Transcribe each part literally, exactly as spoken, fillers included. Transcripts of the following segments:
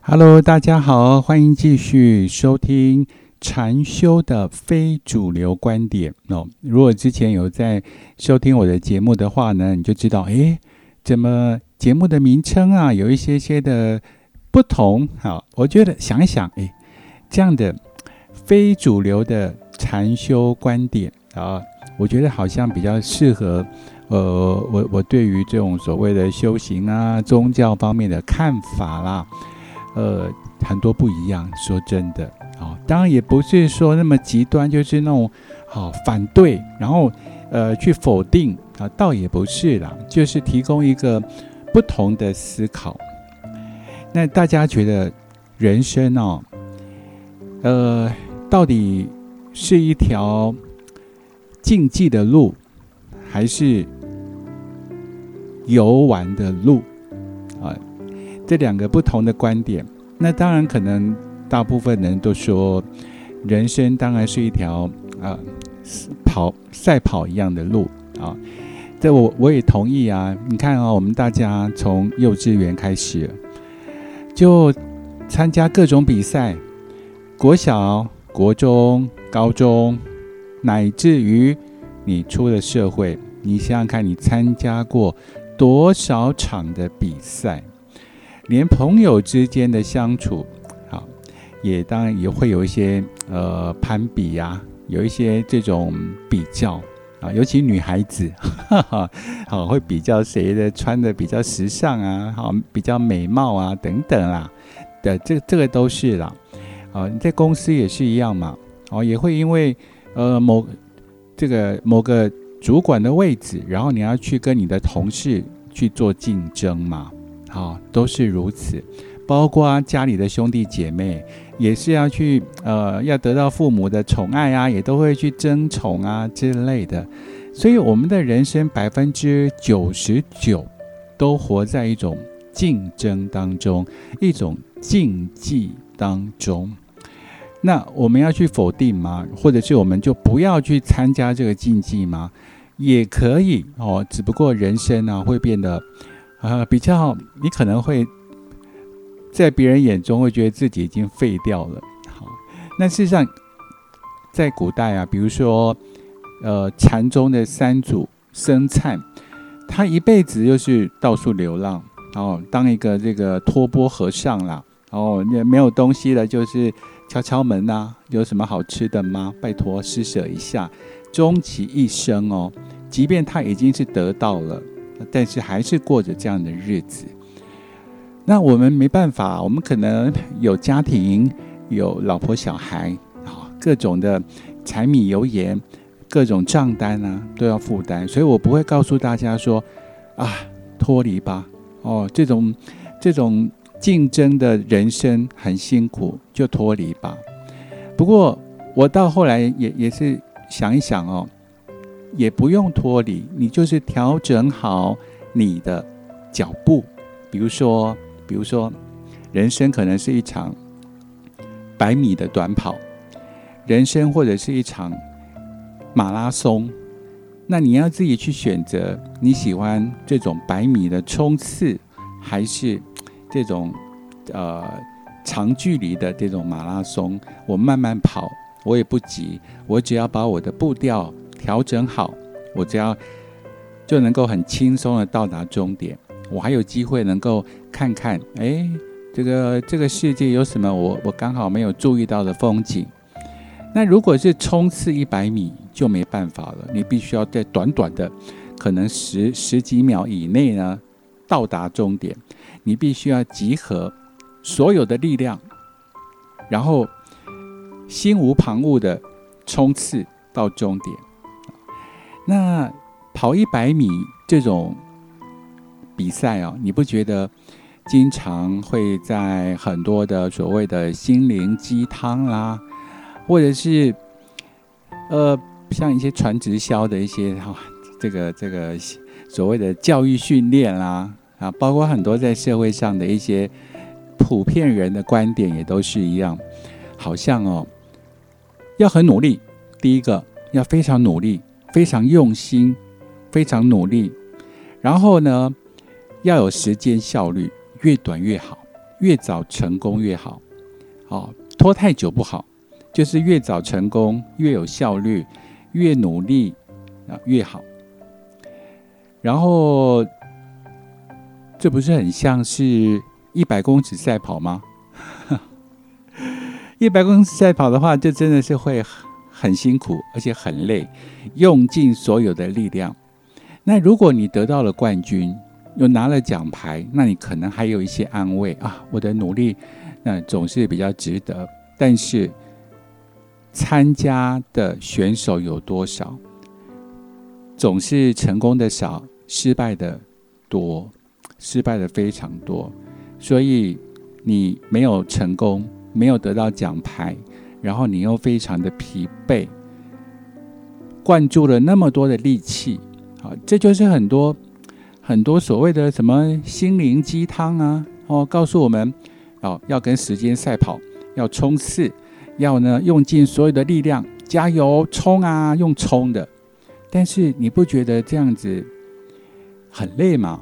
Hello， 大家好，欢迎继续收听禅修的非主流观点哦。如果之前有在收听我的节目的话呢，你就知道，诶，怎么节目的名称啊有一些些的不同。好，我觉得想一想，诶，这样的非主流的禅修观点啊，我觉得好像比较适合。呃，我我对于这种所谓的修行啊、宗教方面的看法啦。呃，很多不一样，说真的，哦，当然也不是说那么极端，就是那种好、哦、反对，然后呃去否定啊，倒也不是啦，就是提供一个不同的思考。那大家觉得人生哦，呃，到底是一条竞技的路，还是游玩的路啊？这两个不同的观点，那当然可能大部分人都说，人生当然是一条啊跑赛跑一样的路啊。这我我也同意啊。你看啊，我们大家从幼稚园开始就参加各种比赛，国小、国中、高中，乃至于你出了社会，你想想看，你参加过多少场的比赛？连朋友之间的相处，好，也当然也会有一些呃攀比啊，有一些这种比较啊，尤其女孩子，哈哈，好会比较谁的穿的比较时尚啊，好比较美貌啊等等啦，的这这个都是啦，啊，你在公司也是一样嘛，哦，也会因为呃某这个某个主管的位置，然后你要去跟你的同事去做竞争嘛。好，都是如此，包括家里的兄弟姐妹，也是要去呃，要得到父母的宠爱啊，也都会去争宠啊之类的。所以我们的人生百分之九十九都活在一种竞争当中，一种竞技当中。那我们要去否定吗？或者是我们就不要去参加这个竞技吗？也可以哦，只不过人生啊会变得。呃，比较你可能会在别人眼中会觉得自己已经废掉了。好，那事实上在古代啊，比如说呃禅宗的三祖僧璨，他一辈子就是到处流浪，然后当一个这个托钵和尚啦，然后没有东西了，就是敲敲门啊，有什么好吃的吗？拜托施舍一下。终其一生哦，即便他已经是得到了。但是还是过着这样的日子，那我们没办法，我们可能有家庭，有老婆小孩，各种的柴米油盐，各种账单啊都要负担，所以我不会告诉大家说啊脱离吧，哦这种这种竞争的人生很辛苦，就脱离吧。不过我到后来也也是想一想哦。也不用脱离，你就是调整好你的脚步。比如说，比如说，人生可能是一场百米的短跑，人生或者是一场马拉松。那你要自己去选择，你喜欢这种百米的冲刺，还是这种呃长距离的这种马拉松？我慢慢跑，我也不急，我只要把我的步调调整好，我只要就能够很轻松的到达终点。我还有机会能够看看，哎，这个这个世界有什么我我刚好没有注意到的风景。那如果是冲刺一百米，就没办法了，你必须要在短短的可能十十几秒以内呢到达终点。你必须要集合所有的力量，然后心无旁骛的冲刺到终点。那跑一百米这种比赛哦，你不觉得经常会在很多的所谓的心灵鸡汤啦，或者是呃像一些传直销的一些、哦、这个这个所谓的教育训练啦啊，包括很多在社会上的一些普遍人的观点也都是一样，好像哦要很努力，第一个要非常努力。非常用心，非常努力，然后呢，要有时间效率，越短越好， 越早成功越好，哦，拖太久不好，就是越早成功越有效率，越努力越好。然后这不是很像是一百公尺赛跑吗？一百公尺赛跑的话，就真的是会很辛苦，而且很累，用尽所有的力量。那如果你得到了冠军，又拿了奖牌，那你可能还有一些安慰啊，我的努力那总是比较值得。但是参加的选手有多少？总是成功的少，失败的多，失败的非常多。所以你没有成功，没有得到奖牌，然后你又非常的疲惫，灌注了那么多的力气，好，这就是很多很多所谓的什么心灵鸡汤啊，哦，告诉我们，哦，要跟时间赛跑，要冲刺，要呢用尽所有的力量，加油冲啊，用冲的。但是你不觉得这样子很累吗？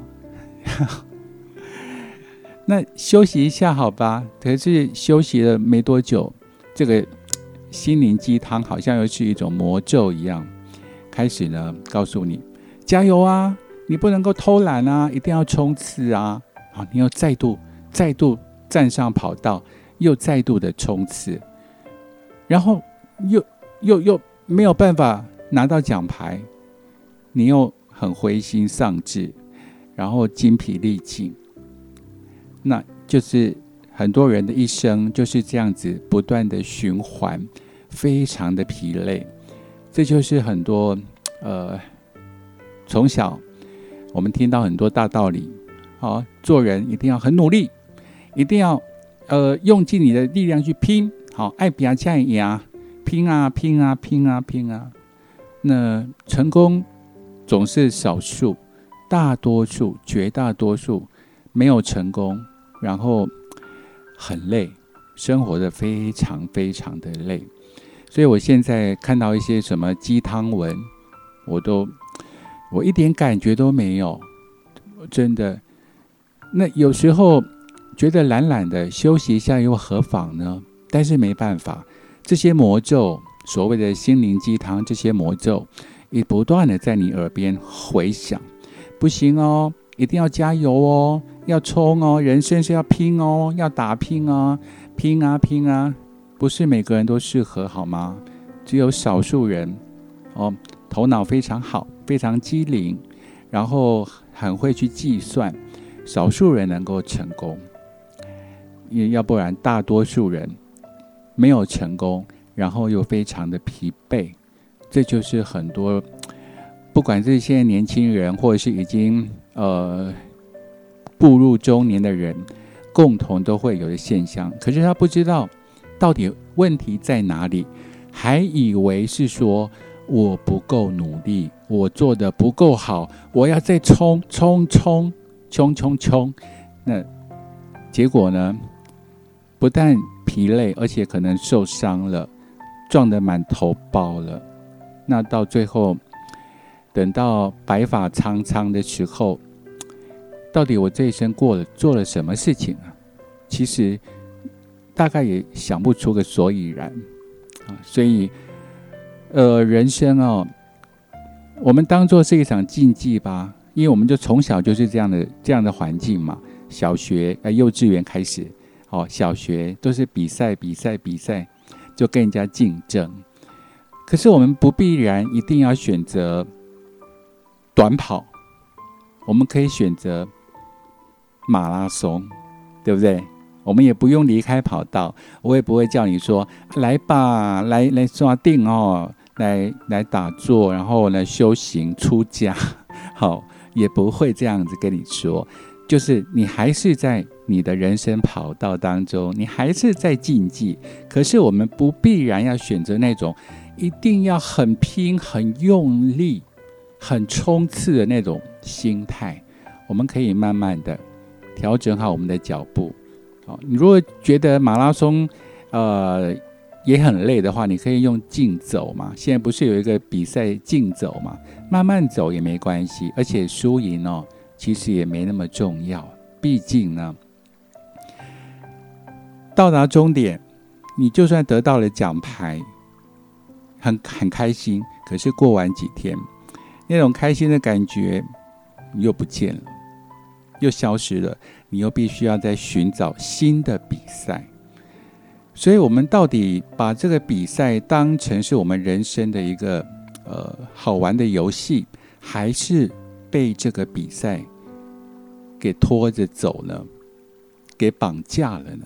那休息一下好吧，可是休息了没多久，这个心灵鸡汤好像又是一种魔咒一样，开始呢告诉你加油啊，你不能够偷懒啊，一定要冲刺啊！好，你又再度再度站上跑道，又再度的冲刺，然后又又又没有办法拿到奖牌，你又很灰心丧志，然后精疲力尽。那就是很多人的一生就是这样子不断的循环，非常的疲累。这就是很多呃从小我们听到很多大道理，好，做人一定要很努力，一定要呃用尽你的力量去拼，好，爱拼才会赢，拼啊拼啊拼啊拼啊。那成功总是少数，大多数绝大多数没有成功，然后很累，生活的非常非常的累。所以我现在看到一些什么鸡汤文，我都我一点感觉都没有，真的。那有时候觉得懒懒的休息一下又何妨呢？但是没办法，这些魔咒，所谓的心灵鸡汤，这些魔咒也不断的在你耳边回响。不行哦，一定要加油哦，要冲哦，人生是要拼哦，要打拼哦，拼啊拼啊，不是每个人都适合好吗？只有少数人哦，头脑非常好，非常机灵，然后很会去计算，少数人能够成功，要不然大多数人没有成功，然后又非常的疲惫。这就是很多不管是现在年轻人，或者是已经呃步入中年的人，共同都会有的现象。可是他不知道到底问题在哪里，还以为是说我不够努力，我做的不够好，我要再冲冲冲冲冲冲。那结果呢，不但疲累，而且可能受伤了，撞得满头包了。那到最后等到白发苍苍的时候，到底我这一生过了做了什么事情啊？其实大概也想不出个所以然啊。所以呃，人生哦，我们当作是一场竞技吧，因为我们就从小就是这样的这样的环境嘛。小学、呃、幼稚园开始，哦，小学都是比赛比赛比赛，就跟人家竞争。可是我们不必然一定要选择短跑，我们可以选择马拉松，对不对？我们也不用离开跑道，我也不会叫你说来吧，来来抓定哦，来来打坐，然后来修行出家，好，也不会这样子跟你说。就是你还是在你的人生跑道当中，你还是在竞技，可是我们不必然要选择那种一定要很拼、很用力、很冲刺的那种心态。我们可以慢慢的调整好我们的脚步。好，你如果觉得马拉松呃也很累的话，你可以用竞走嘛。现在不是有一个比赛竞走嘛？慢慢走也没关系，而且输赢哦，其实也没那么重要。毕竟呢， 到达终点，你就算得到了奖牌，很很开心，可是过完几天，那种开心的感觉又不见了，又消失了，你又必须要再寻找新的比赛。所以我们到底把这个比赛当成是我们人生的一个呃好玩的游戏，还是被这个比赛给拖着走呢？给绑架了呢？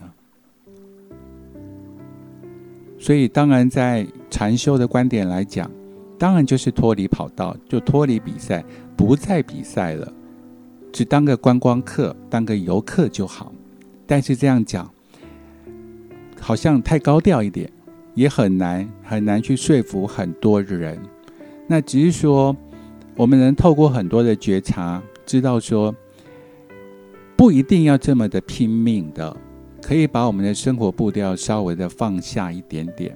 所以当然在禅修的观点来讲，当然就是脱离跑道，就脱离比赛，不再比赛了，只当个观光客，当个游客就好。但是这样讲好像太高调一点，也很难很难去说服很多人。那只是说我们能透过很多的觉察，知道说不一定要这么的拼命的，可以把我们的生活步调稍微的放下一点点。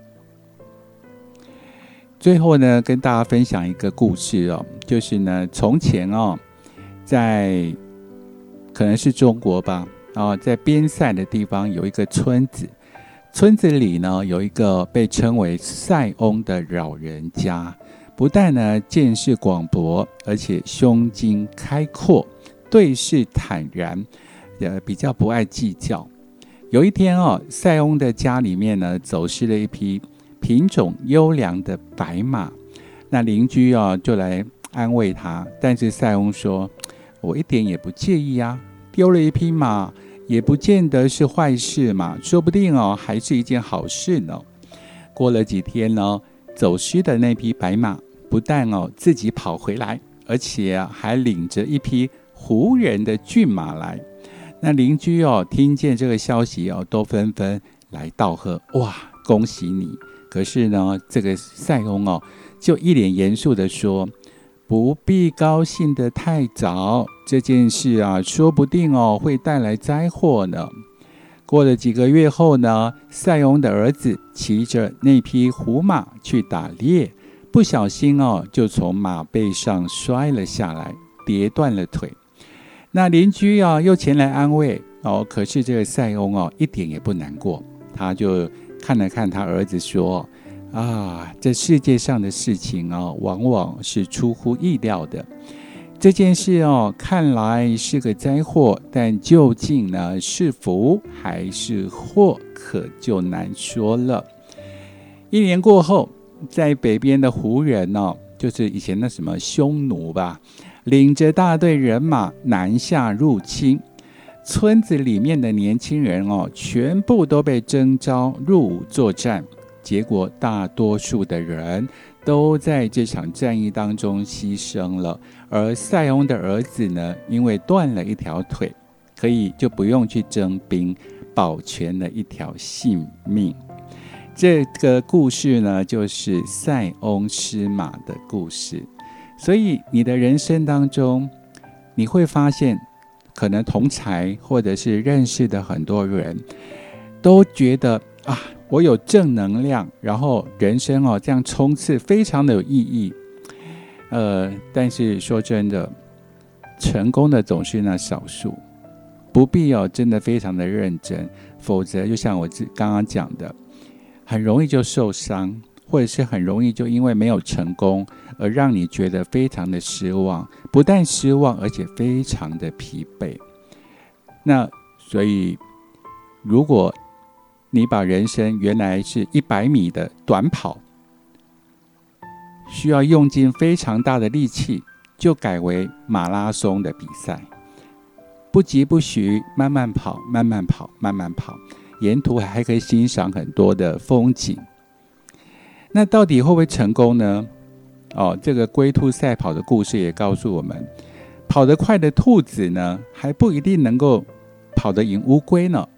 最后呢，跟大家分享一个故事哦，就是呢，从前哦，在可能是中国吧，哦，在边塞的地方有一个村子，村子里呢有一个被称为塞翁的老人家，不但呢见识广博，而且胸襟开阔，对事坦然，呃，比较不爱计较。有一天哦，塞翁的家里面呢走失了一匹品种优良的白马，那邻居啊就来安慰他，但是塞翁说：“我一点也不介意啊，丢了一匹马也不见得是坏事嘛，说不定哦还是一件好事呢。”过了几天呢，走失的那匹白马不但哦自己跑回来，而且啊还领着一匹胡人的骏马来。那邻居哦听见这个消息哦，都纷纷来道贺，哇，恭喜你！可是呢，这个塞翁哦就一脸严肃地说：“不必高兴得太早，这件事啊，说不定哦会带来灾祸呢。”过了几个月后呢，塞翁的儿子骑着那匹胡马去打猎，不小心哦就从马背上摔了下来，跌断了腿。那邻居啊又前来安慰哦，可是这个塞翁哦一点也不难过，他就看了看他儿子说：“啊，这世界上的事情哦，往往是出乎意料的。这件事哦，看来是个灾祸，但究竟呢是福还是祸，可就难说了。”一年过后，在北边的胡人哦，就是以前的什么匈奴吧，领着大队人马南下入侵。村子里面的年轻人哦，全部都被征召入伍作战，结果大多数的人都在这场战役当中牺牲了。而塞翁的儿子呢，因为断了一条腿，可以就不用去征兵，保全了一条性命。这个故事呢，就是塞翁失马的故事。所以你的人生当中，你会发现可能同侪或者是认识的很多人都觉得啊，我有正能量，然后人生哦这样冲刺非常的有意义。呃，但是说真的，成功的总是那少数，不必哦真的非常的认真，否则就像我刚刚讲的，很容易就受伤，或者是很容易就因为没有成功而让你觉得非常的失望，不但失望，而且非常的疲惫。那所以如果你把人生原来是一百米的短跑，需要用尽非常大的力气，就改为马拉松的比赛，不急不徐，慢慢跑，慢慢跑，慢慢跑，沿途还可以欣赏很多的风景。那到底会不会成功呢？哦，这个龟兔赛跑的故事也告诉我们，跑得快的兔子呢，还不一定能够跑得赢乌龟呢。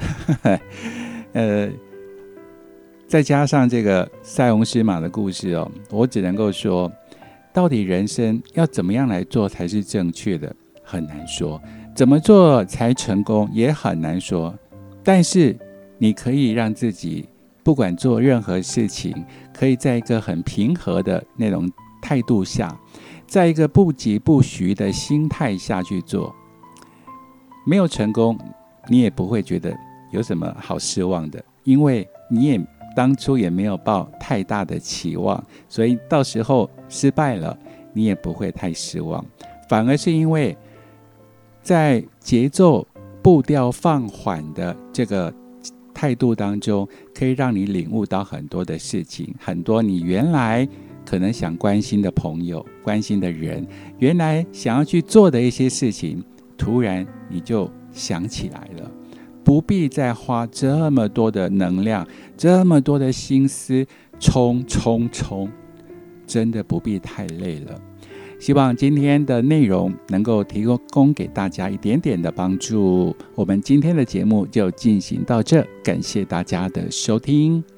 呃，再加上这个塞翁失马的故事哦，我只能够说，到底人生要怎么样来做才是正确的，很难说；怎么做才成功，也很难说。但是你可以让自己不管做任何事情，可以在一个很平和的那种态度下，在一个不急不徐的心态下去做。没有成功，你也不会觉得有什么好失望的？因为你也当初也没有抱太大的期望，所以到时候失败了，你也不会太失望，反而是因为在节奏步调放缓的这个态度当中，可以让你领悟到很多的事情，很多你原来可能想关心的朋友、关心的人，原来想要去做的一些事情，突然你就想起来了，不必再花这么多的能量，这么多的心思冲冲冲，真的不必太累了。希望今天的内容能够提供给大家一点点的帮助。我们今天的节目就进行到这，感谢大家的收听。